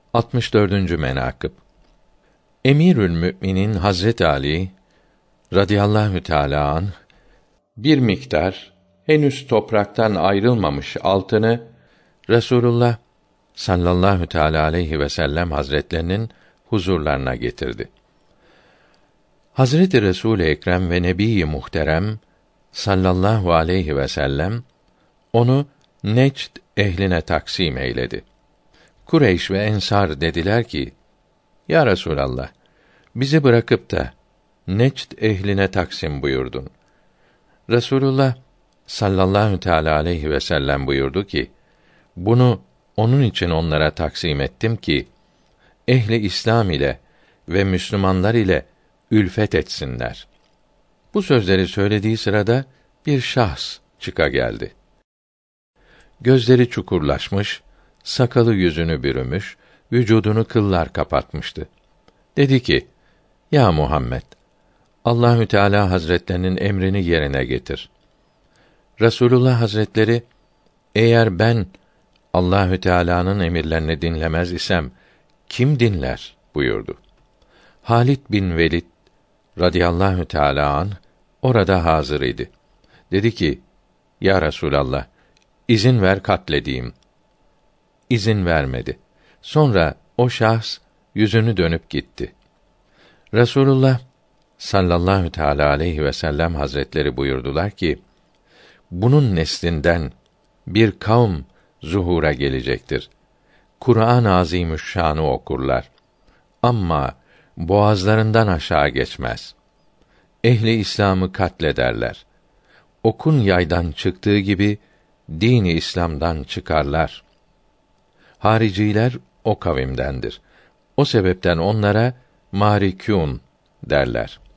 64. menakıb Emirül Müminin Hazret Ali radıyallahu teâlâ anh bir miktar henüz topraktan ayrılmamış altını Resulullah sallallahu teâlâ aleyhi ve sellem hazretlerinin huzurlarına getirdi. Hazreti Resul-i Ekrem ve Nebi-i Muhterem sallallahu aleyhi ve sellem onu Necd ehline taksim eyledi. Kureyş ve Ensar dediler ki: Ya Resulallah, bizi bırakıp da Necd ehline taksim buyurdun. Resulullah sallallahu teâlâ aleyhi ve sellem buyurdu ki: Bunu onun için onlara taksim ettim ki ehli İslam ile ve Müslümanlar ile ülfet etsinler. Bu sözleri söylediği sırada bir şahs çıka geldi. Gözleri çukurlaşmış, sakalı yüzünü bürümüş, vücudunu kıllar kapatmıştı. Dedi ki: Ya Muhammed, Allahü Teala Hazretlerinin emrini yerine getir. Resulullah Hazretleri, eğer ben Allahü Teala'nın emirlerini dinlemez isem kim dinler buyurdu. Halid bin Velid radıyallahu teâlâ anh orada hazır idi. Dedi ki: Ya Resulallah, izin ver katledeyim. İzin vermedi. Sonra o şahs yüzünü dönüp gitti. Resulullah sallallahu teâlâ aleyhi ve sellem hazretleri buyurdular ki: Bunun neslinden bir kavm zuhura gelecektir. Kur'an-ı Azimüşşan'ı okurlar. Ama boğazlarından aşağı geçmez. Ehli İslam'ı katlederler. Okun yaydan çıktığı gibi din-i İslam'dan çıkarlar. Hariciler o kavimdendir. O sebepten onlara marikûn derler.